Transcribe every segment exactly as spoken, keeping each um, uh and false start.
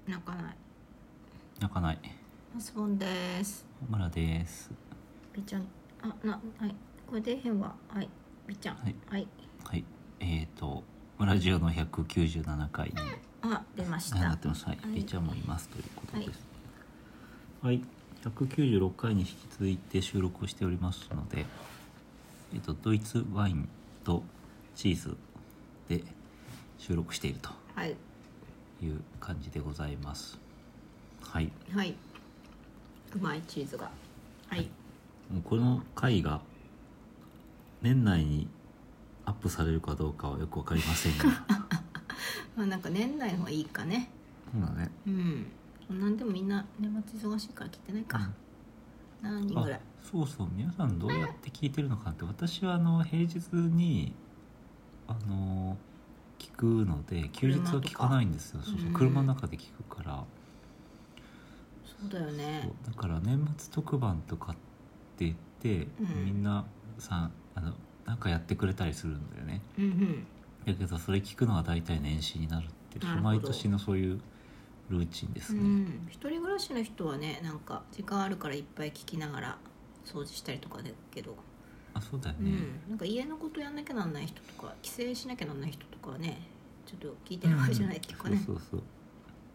泣かない。 泣かない。 マスボンです。 村です。 びちゃん、あ、な、はい、これでへんわ。はい、びちゃん。 はい。 はい。 はい。えーと、ラジオのひゃくきゅうじゅうななかいにあ、出ました。 なってます。はい。 はいびちゃんもいますということです。はい。ひゃくきゅうじゅうろっかいに引き続いて収録をしておりますので、えっと、ドイツワインとチーズで収録しているとはい。 いう感じでございます。はい。 はい。うまいチーズが。はい。 もうこの回が年内にアップされるかどうかはよくわかりませんがまあ、なんか年内の方がいいかね。 そうだね。 うん。なんでもみんな年末忙しいから来てないか。ななにんぐらい。 そうそう、皆さんどうやって聞いてるのかって、私はあの平日にあの聞くので休日は聞かないんですよ。そうそう、車の中で聞くから。 そうだよね。 だから年末特番とかって言って、うん、みんなさあのなんかやってくれたりするんだよね。 うんうん。 だけどそれ聞くのは大体年始になるっていう毎年のそういうルーチンですね。うん、 一人暮らしの人はね、なんか時間あるからいっぱい聞きながら掃除したりとかだけど。 あ、そうだよね、 うん、なんか家のことやんなきゃなんない人とか帰省しなきゃなんない人とかはね、ちょっと聞いてる場合じゃないっていうかね、 うん、そうそうそう。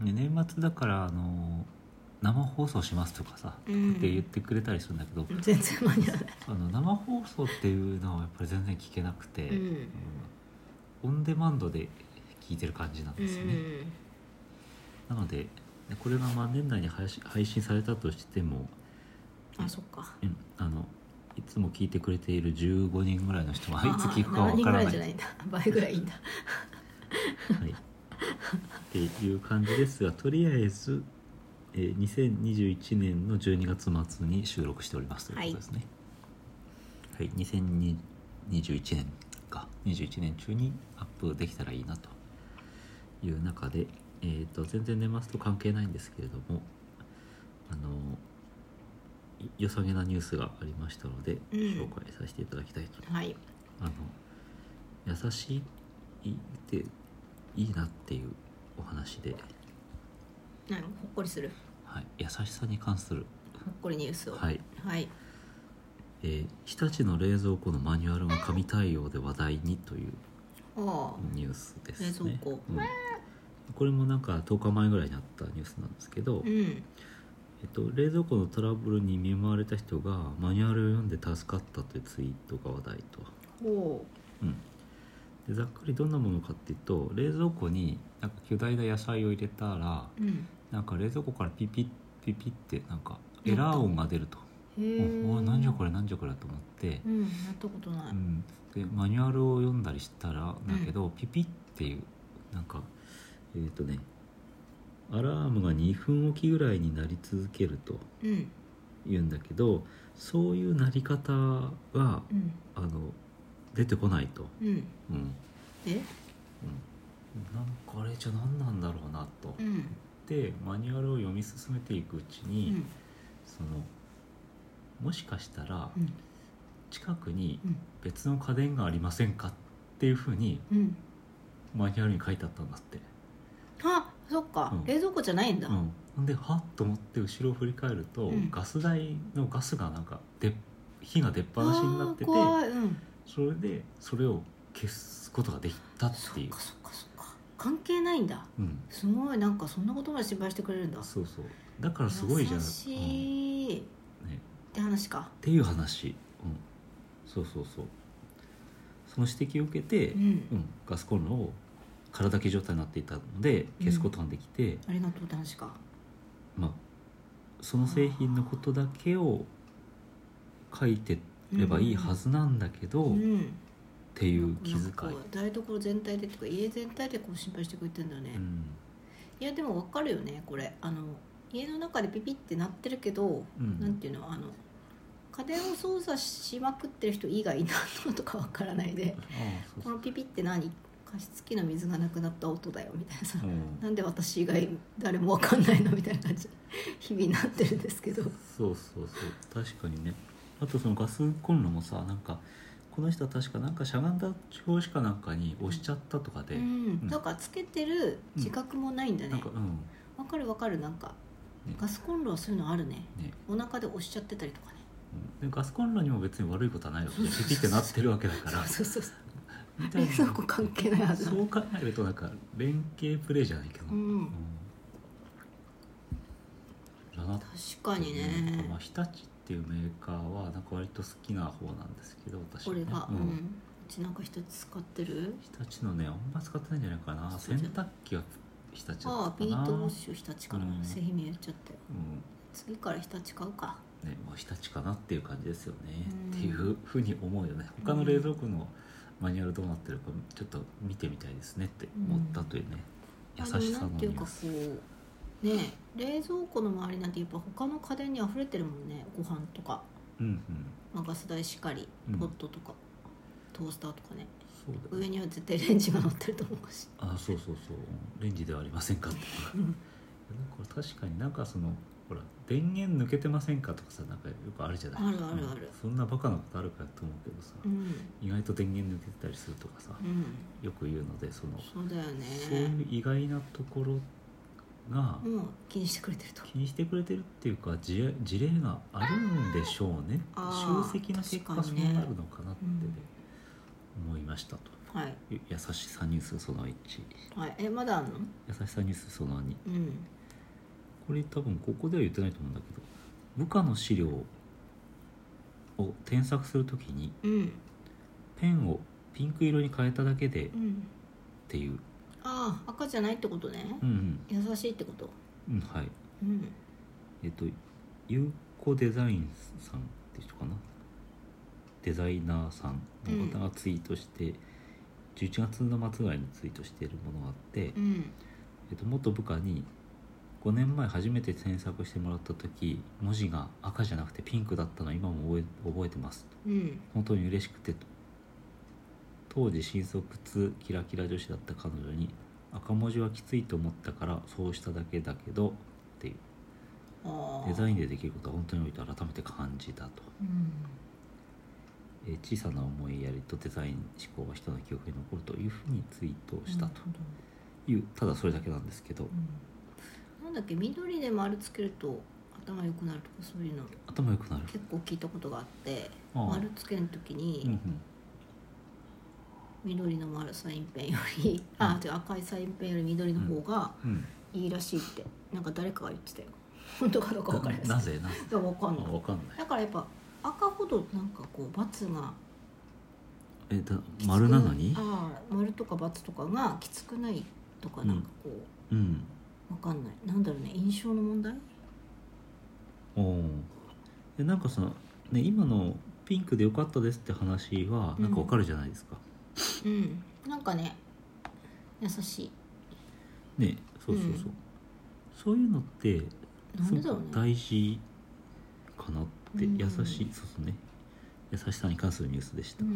で年末だからあの生放送しますとかさ、うん、って言ってくれたりするんだけど、 全然間に合わない。 あの生放送っていうのはやっぱり全然聞けなくて、うんうん、オンデマンドで聞いてる感じなんですね、うん、なのでこれがまあ年内に配信、配信されたとしても、 あ、そっか、 うん、あのいつも聞いてくれているじゅうごにんぐらいの人はいつ聞くかわからない。 何人ぐらいじゃないんだ、倍ぐらいいいんだはい、っていう感じですが、とりあえずえー、にせんにじゅういちねんのじゅうにがつまつに収録しておりますということですね。はい、はい、にせんにじゅういちねんかにじゅういちねん中にアップできたらいいなという中で、えー、と全然年末と関係ないんですけれども、あの良さげなニュースがありましたので、うん、紹介させていただきたいと、はい、あの優しいっていいなっていうお話で、 ほっこりする、 はい、優しさに関するほっこりニュースを、 はい、 はい、 えー、日立の冷蔵庫のマニュアルが紙対応で話題にというニュースですね。冷蔵庫、うん、これもなんかとおかまえぐらいにあったニュースなんですけど、うん、えっと、冷蔵庫のトラブルに見舞われた人がマニュアルを読んで助かったというツイートが話題と。ほう、うん、でざっくりどんなものかっていうと、冷蔵庫になんか巨大な野菜を入れたら、うん、なんか冷蔵庫からピピッピピッってなんかエラー音が出ると。へおなんじゃこれなんじゃこれと思って、 うん、やったことない、 うん、でマニュアルを読んだりしたらだけど、うん、ピピッっていうなんかえっ、ー、とねアラームがにふんおきぐらいになり続けると言うんだけど、うん、そういうなり方が、うん、あの出てこないと、うんうん、え、うん、なんかあれじゃ何なんだろうなと、うん、でマニュアルを読み進めていくうちに、うん、そのもしかしたら近くに別の家電がありませんかっていうふうにマニュアルに書いてあったんだって。 あ、そっか、うん、冷蔵庫じゃないんだ。 うん、ではっと思って後ろを振り返ると、うん、ガス台のガスがなんかで火が出っ放しになってて、怖い、うん、それでそれを消すことができたっていう。 そっかそっかそっか、関係ないんだ、うん、すごい、なんかそんなことまで心配してくれるんだ。 そうそう、だからすごいじゃん。 優しい、うんね、って話かっていう話、うん、そうそうそう、その指摘を受けて、うんうん、ガスコンロを空だけ状態になっていたので消すことができて、うん、 ありがとうって話か。 まあその製品のことだけを書いてればいいはずなんだけど、うんうん、っていう気遣い、 台所全体でとか家全体でこう心配してくれてるんだね、うん、いやでも分かるよねこれ。あの家の中でピピってなってるけど、うん、なんていうの、あの家電を操作しまくってる人以外何の音かわからないで、ああそうそう、このピピって何、加湿器の水がなくなった音だよみたいなさ、うん、なんで私以外誰もわかんないのみたいな感じ日々なってるんですけど。そうそうそう、確かにね。あとそのガスコンロもさ、なんかこの人は確かなんかしゃがんだ表紙かなんかに押しちゃったとかで、 うんうん、なんかつけてる自覚もないんだね、うん、なんか、うん、分かるわかる。なんか、ね、ガスコンロはそういうのある ね, ねお腹で押しちゃってたりとかね、 うん、でガスコンロにも別に悪いことはないわけでピピってなってるわけだからそうそうそうみたいな、そこ関係ないはず。 そう考えるとなんか連携プレイじゃないけど、うんうん、だな。 確かにね。 まあ、日立っていうメーカーはなんか割と好きな方なんですけど、私は、ね、 これが、うん、うん、うちなんか日立使ってる。 日立のねあんま使ってないんじゃないかな。洗濯機は日立だったかな。 ああ、ビートウォッシュ日立かな、うん、製品名言っちゃったよ、うん、次から日立買うかね。まあ、日立かなっていう感じですよね、うん、っていうふうに思うよね。他の冷蔵庫のマニュアルどうなってるかちょっと見てみたいですねって思ったというね、うん、優しさのニュース。なんていうかこうね、冷蔵庫の周りなんてやっぱ他の家電に溢れてるもんね。ご飯とか、うんうん、まあ、ガス台しかり、ポットとか、うん、トースターとかね。そうだね、上には絶対レンジが乗ってると思うし。 ああ、そうそうそう、レンジではありませんかってこれ確かになんかそのほら電源抜けてませんかとかさ、なんかよくあるじゃない。 あるあるある、 そんなバカなことあるかと思うけどさ、うん、意外と電源抜けてたりするとかさ、うん、よく言うので、そのそうだよね、 そういう意外なところが、 うん、気にしてくれてると気にしてくれてるっていうか、事, 事例があるんでしょうね。集積の結果そうなるのかなって、ね、うん、思いましたと。 はい、 優しさニュースそのいち、 はい、えまだあるの。 優しさニュースそのに、 うん、 これ多分ここでは言ってないと思うんだけど、部下の資料を添削するときに、うん、ペンをピンク色に変えただけで、うん、っていう。 ああ、赤じゃないってことね、うんうん、優しいってこと。 うん、はい、うん、えっとゆうこデザインさんって人かな、デザイナーさんの方がツイートして、うん、じゅういちがつの末ぐらいにツイートしているものがあって、うん、えっと、元部下にごねんまえ初めて添削してもらった時、文字が赤じゃなくてピンクだったのを今も覚え、覚えてますと、うん、本当に嬉しくてと。当時新卒キラキラ女子だった彼女に、赤文字はきついと思ったからそうしただけだけどっていう、デザインでできることは本当に多いと改めて感じたと、うん、え小さな思いやりとデザイン思考は人の記憶に残るというふうにツイートをしたという、ただそれだけなんですけど、うん、 なんだっけ、緑で丸つけると頭良くなるとか、そういうの頭良くなる結構聞いたことがあって、ああ、丸つけるときに、うんうん、緑の丸サインペンより、うん、あ違う、赤いサインペンより緑の方がいいらしいって、うん、なんか誰かが言ってたよ。本当かどうか分からないです。 なぜなぜ。 いや分かんない。 分かんない。 だからやっぱ赤ほどなんかこう×がえだ丸なのに、 ああ、丸とか×とかがきつくないとか、なんかこう、うん、分かんない、なんだろうね、印象の問題。 おお。でなんかそのね、今のピンクでよかったですって話はなんか分かるじゃないですか。 うん、うん、なんかね、優しいね。そうそうそう、うん、そういうのってなんでだろうね、 大事かなって、うん、優しい、そうそうね、優しさに関するニュースでした。うん、うん、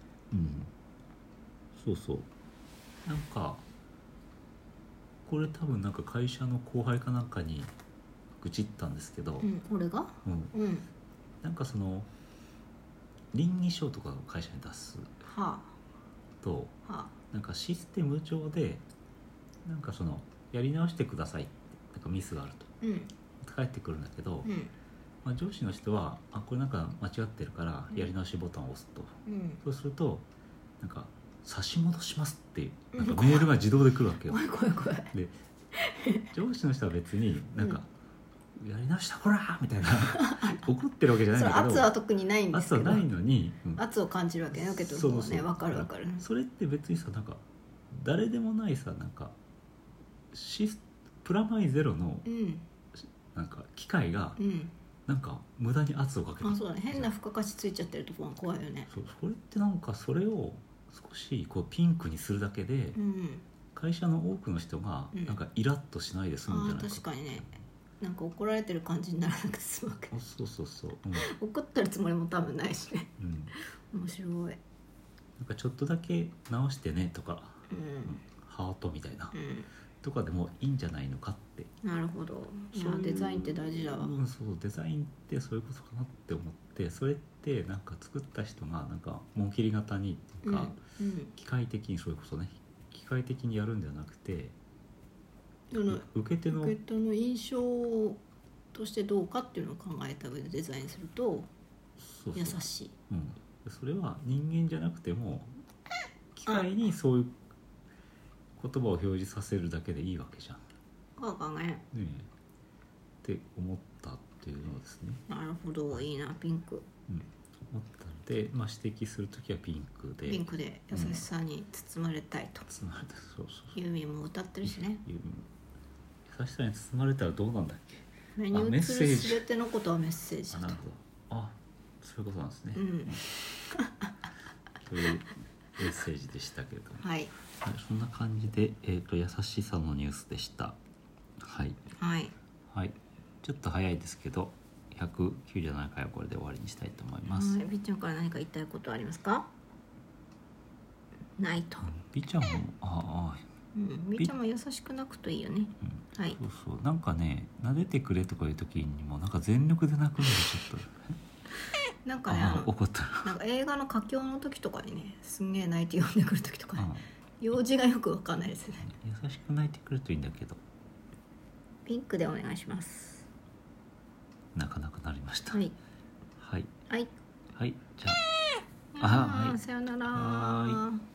そうそう。なんかこれ多分なんか会社の後輩かなんかに愚痴ったんですけど、 うん、俺が、うんうん、 なんかその稟議書とかを会社に出すと、はあ、なんかシステム上でなんかそのやり直してくださいってなんかミスがあると、うん、返ってくるんだけど、うん、まあ、上司の人はあこれなんか間違ってるからやり直しボタンを押すと、うん、そうするとなんか差し戻しますっていうなんかメールが自動で来るわけよ。 怖い怖い怖い。 で上司の人は別になんか、うん、やり直したこらみたいな怒ってるわけじゃないんだけど、 圧は特にないんですけど、 圧はないのに、 うん、圧を感じるわけね、受け取る方はね。分かる分かる。 それって別にさ、なんか誰でもないさ、なんかシスプラマイゼロの、うん、なんか機械が、うん、なんか無駄に圧をかけてる。 あ、そうだね、変な付加価値ついちゃってるところが怖いよね。 そう、それってなんかそれを少しこうピンクにするだけで、うん、会社の多くの人がなんかイラッとしないで済むんじゃないか、 うん、あ、確かにね。なんか怒られてる感じにならなくて済むわけ。 そうそうそう、 うん、怒ってるつもりも多分ないしね、うん、面白い。なんかちょっとだけ直してねとか、うんうん、ハートみたいな、うん、とかでもいいんじゃないのかって。 なるほど。いやデザインって大事だわ、 うん、そうデザインってそういうことかなって思って、それってなんか作った人がなんか紋切り型にっていうか、うんうん、機械的にそれこそね機械的にやるんじゃなくて、 受け手の受け手の印象としてどうかっていうのを考えた上でデザインするとそうそう優しい。 うん、それは人間じゃなくても機械にそういう言葉を表示させるだけでいいわけじゃん。 そうかね。 ねえって思ったっていうのですね。 なるほど、いいなピンク。 うん、思ったので、まあ、指摘するときはピンクでピンクで優しさに包まれたいと、 うん、包まれた。そうそうそう。 ユーミンも歌ってるしね。 優しさに包まれたらどうなんだっけ。 目に映るすべてのことはメッセージだと。 あ、なるほど。あ、そういうことなんですね。 うん。 というメッセージでしたけれども、 はい、 はい、そんな感じで、えーと、優しさのニュースでした。はい、 はいはい、ちょっと早いですけどひゃくきゅうじゅうななかいはこれで終わりにしたいと思います。 はい、びっちゃんから何か言いたいことありますか？ないと。 びっちゃんもああ、 うん、びっちゃんも優しくなくといいよね。 うん、 はい。 そうそう、なんかね、撫でてくれとかいう時にもなんか全力で泣くのでちょっとなんかね、あの怒ったなんか映画の佳境の時とかにね、すんげえ泣いて呼んでくる時とか、ね、用事がよくわかんないですね。 優しく泣いてくれるといいんだけど。 ピンクでお願いします。 泣かなくなりました。 はいはいはい、 はい、じゃあ、 あ、 あ、はい、 さよなら。 はい。